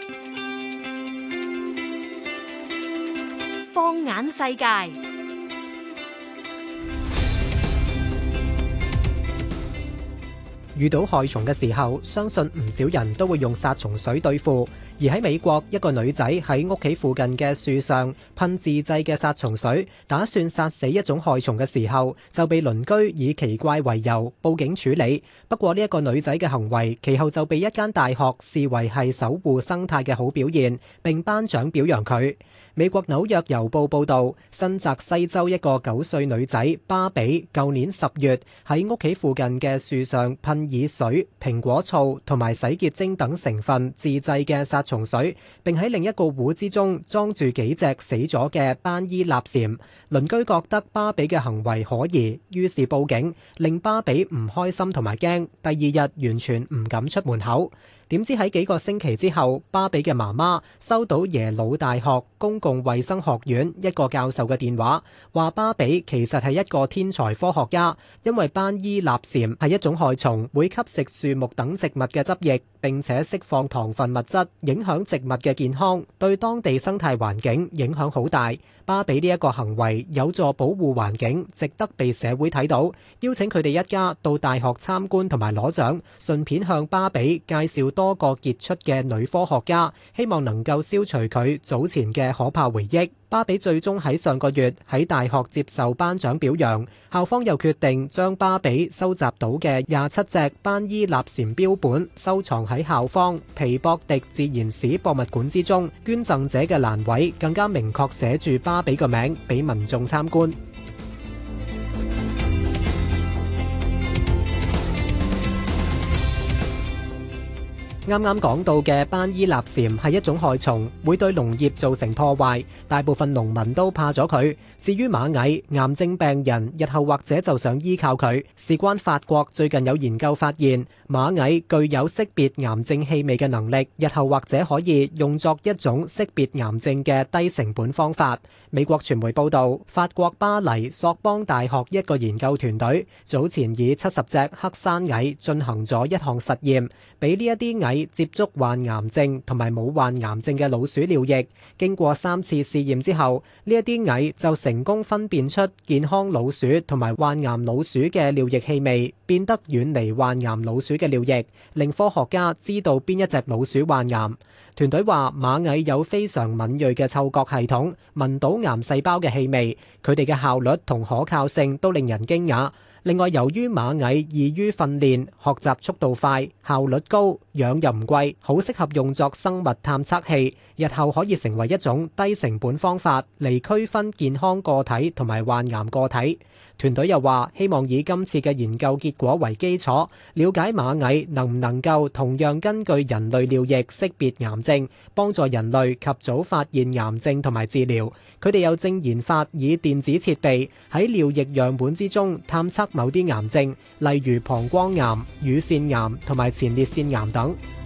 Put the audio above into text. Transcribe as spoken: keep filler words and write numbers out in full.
放眼世界。 遇到害蟲嘅時候，相信唔少人都會用殺蟲水對付。而喺美國，一個女仔喺屋企附近嘅樹上噴自製嘅殺蟲水，打算殺死一種害蟲嘅時候，就被鄰居以奇怪為由報警處理。不過呢一個女仔嘅行為，其後就被一間大學視為係守護生態嘅好表現，並頒獎表揚佢。美國紐約郵報報導，新澤西州一個九歲女仔芭比，舊年十月喺屋企附近嘅樹上噴以水、蘋果醋同埋洗潔精等成分自製嘅殺蟲水，並喺另一個壺之中裝住幾隻死咗嘅班伊納蟬。鄰居覺得芭比嘅行為可疑，於是報警，令芭比唔開心同埋驚，第二日完全唔敢出門口。點知喺幾個星期之後，芭比嘅媽媽收到耶魯大學公共衛生學院一個教授嘅電話，話芭比其實係一個天才科學家，因為班伊納蟬係一種害蟲，會吸食樹木等植物嘅汁液，並且釋放糖分物質，影響植物嘅健康，對當地生態環境影響好大。芭比呢一個行為有助保護環境，值得被社會睇到，邀請佢哋一家到大學參觀同埋攞獎，順便向芭比介紹多個傑出嘅女科學家，希望能夠消除佢早前嘅可怕回憶。芭比最終喺上個月喺大學接受頒獎表揚，校方又決定將芭比收集到嘅廿七隻班伊納蟬標本收藏喺校方皮博迪自然史博物館之中，捐贈者嘅欄位更加明確寫住芭比個名俾民眾參觀。啱啱講到嘅班伊納蟬係一種害蟲，會對農業造成破壞，大部分農民都怕咗佢。至於螞蟻，癌症病人日後或者就想依靠佢。事關法國最近有研究發現，螞蟻具有識別癌症氣味嘅能力，日後或者可以用作一種識別癌症嘅低成本方法。美國傳媒報導，法國巴黎索邦大學一個研究團隊早前以七十隻黑山蟻進行咗一項實驗，俾呢一啲蟻接觸患癌症同埋冇患癌症嘅老鼠尿液。經過三次試驗之後，呢一啲蟻就成功分辨出健康老鼠同埋患癌老鼠嘅尿液氣味，變得遠離患癌老鼠嘅尿液，令科學家知道邊一隻老鼠患癌。團隊話螞蟻有非常敏銳嘅嗅覺系統，聞到癌細胞嘅氣味，佢哋嘅效率同可靠性都令人驚訝。另外，由於螞蟻易於訓練，學習速度快，效率高，養又唔貴，好適合用作生物探測器，日後可以成為一種低成本方法嚟區分健康個體同埋患癌個體。團隊又話，希望以今次嘅研究結果為基礎，了解螞蟻能唔能夠同樣根據人類尿液識別癌症，幫助人類及早發現癌症同埋治療。佢哋又正研發以電子設備喺尿液樣本之中探測某啲癌症，例如膀胱癌、乳腺癌同埋前列腺癌等。